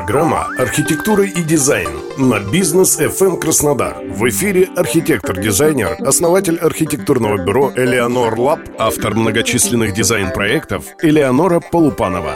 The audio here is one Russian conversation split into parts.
Программа «Архитектура и дизайн» на Бизнес FM Краснодар. В эфире архитектор-дизайнер, основатель архитектурного бюро «Элеонор Лаб», автор многочисленных дизайн-проектов Элеонора Полупанова.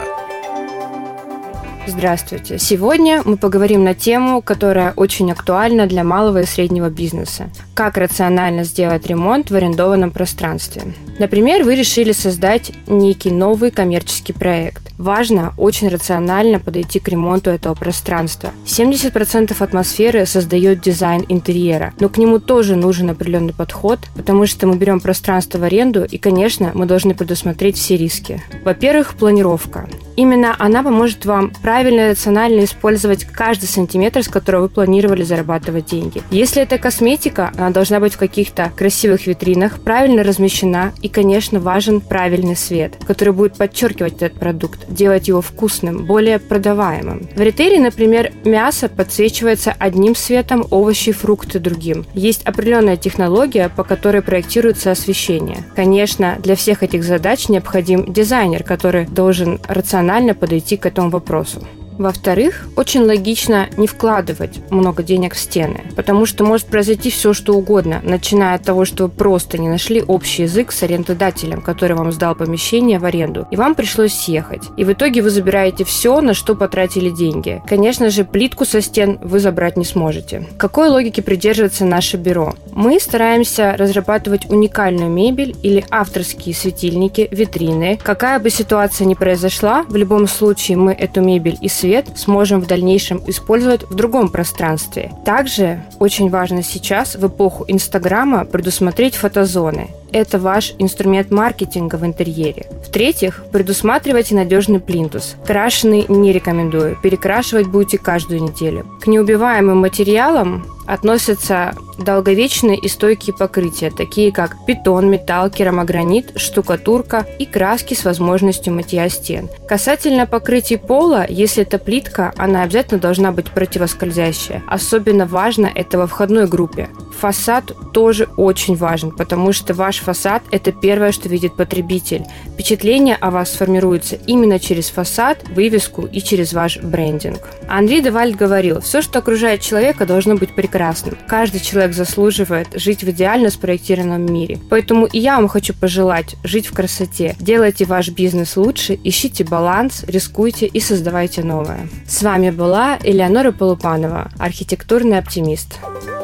Здравствуйте! Сегодня мы поговорим на тему, которая очень актуальна для малого и среднего бизнеса. Как рационально сделать ремонт в арендованном пространстве. Например, вы решили создать некий новый коммерческий проект. Важно очень рационально подойти к ремонту этого пространства. 70% атмосферы создает дизайн интерьера, но к нему тоже нужен определенный подход, потому что мы берем пространство в аренду, и, конечно, мы должны предусмотреть все риски. Во-первых, планировка. Именно она поможет вам правильно и рационально использовать каждый сантиметр, с которого вы планировали зарабатывать деньги. Если это косметика, она должна быть в каких-то красивых витринах, правильно размещена, и, конечно, важен правильный свет, который будет подчеркивать этот продукт, делать его вкусным, более продаваемым. В ритейле, например, мясо подсвечивается одним светом, овощи и фрукты другим. Есть определенная технология, по которой проектируется освещение. Конечно, для всех этих задач необходим дизайнер, который должен рационально подойти к этому вопросу. Во-вторых, очень логично не вкладывать много денег в стены, потому что может произойти все, что угодно, начиная от того, что вы просто не нашли общий язык с арендодателем, который вам сдал помещение в аренду, и вам пришлось съехать. И в итоге вы забираете все, на что потратили деньги. Конечно же, плитку со стен вы забрать не сможете. Какой логики придерживается наше бюро? Мы стараемся разрабатывать уникальную мебель или авторские светильники, витрины. Какая бы ситуация ни произошла, в любом случае мы эту мебель и свет сможем в дальнейшем использовать в другом пространстве. Также очень важно сейчас, в эпоху Инстаграма, предусмотреть фотозоны. Это ваш инструмент маркетинга в интерьере. В-третьих, предусматривайте надежный плинтус. Крашеный не рекомендую. Перекрашивать будете каждую неделю. К неубиваемым материалам относятся долговечные и стойкие покрытия, такие как бетон, металл, керамогранит, штукатурка и краски с возможностью мытья стен. Касательно покрытий пола, если это плитка, она обязательно должна быть противоскользящая. Особенно важно это во входной группе. Фасад тоже очень важен, потому что ваш фасад – это первое, что видит потребитель. Впечатление о вас сформируется именно через фасад, вывеску и через ваш брендинг. Анри де Вальд говорил: все, что окружает человека, должно быть прекрасным. Каждый человек заслуживает жить в идеально спроектированном мире. Поэтому и я вам хочу пожелать жить в красоте. Делайте ваш бизнес лучше, ищите баланс, рискуйте и создавайте новое. С вами была Элеонора Полупанова, архитектурный оптимист.